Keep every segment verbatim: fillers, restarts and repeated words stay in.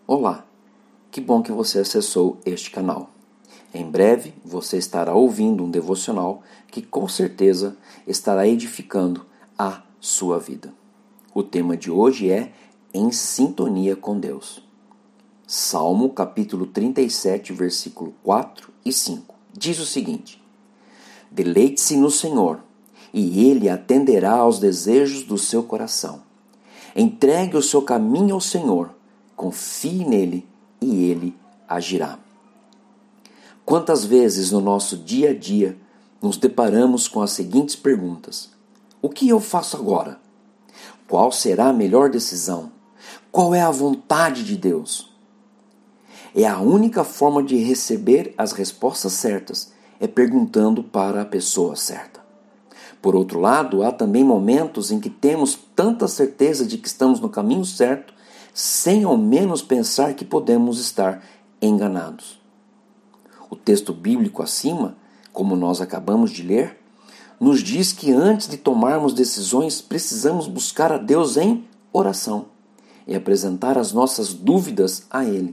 Olá, que bom que você acessou este canal. Em breve você estará ouvindo um devocional que com certeza estará edificando a sua vida. O tema de hoje é Em Sintonia com Deus. Salmo capítulo trinta e sete, versículo quatro e cinco. Diz o seguinte: Deleite-se no Senhor, e Ele atenderá aos desejos do seu coração. Entregue o seu caminho ao Senhor, confie nele e Ele agirá. Quantas vezes no nosso dia a dia nos deparamos com as seguintes perguntas: o que eu faço agora? Qual será a melhor decisão? Qual é a vontade de Deus? É a única forma de receber as respostas certas, é perguntando para a pessoa certa. Por outro lado, há também momentos em que temos tanta certeza de que estamos no caminho certo, sem ao menos pensar que podemos estar enganados. O texto bíblico acima, como nós acabamos de ler, nos diz que antes de tomarmos decisões, precisamos buscar a Deus em oração e apresentar as nossas dúvidas a Ele.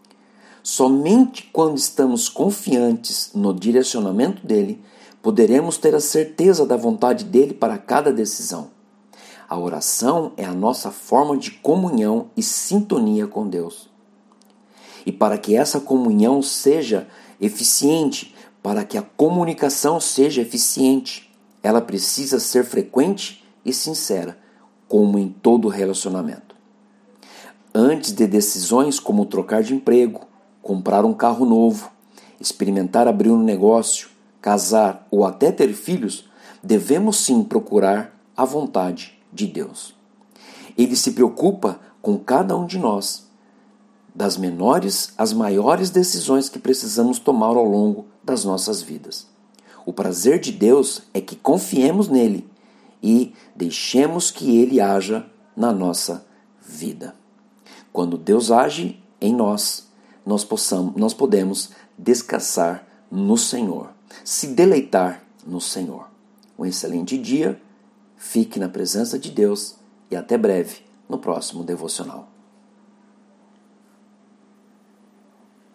Somente quando estamos confiantes no direcionamento dEle, poderemos ter a certeza da vontade dEle para cada decisão. A oração é a nossa forma de comunhão e sintonia com Deus. E para que essa comunhão seja eficiente, para que a comunicação seja eficiente, ela precisa ser frequente e sincera, como em todo relacionamento. Antes de decisões como trocar de emprego, comprar um carro novo, experimentar abrir um negócio, casar ou até ter filhos, devemos sim procurar a vontade de Deus. Ele se preocupa com cada um de nós, das menores às maiores decisões que precisamos tomar ao longo das nossas vidas. O prazer de Deus é que confiemos nele e deixemos que ele haja na nossa vida. Quando Deus age em nós, nós, possamos, nós podemos descansar no Senhor, se deleitar no Senhor. Um excelente dia, fique na presença de Deus e até breve no próximo devocional.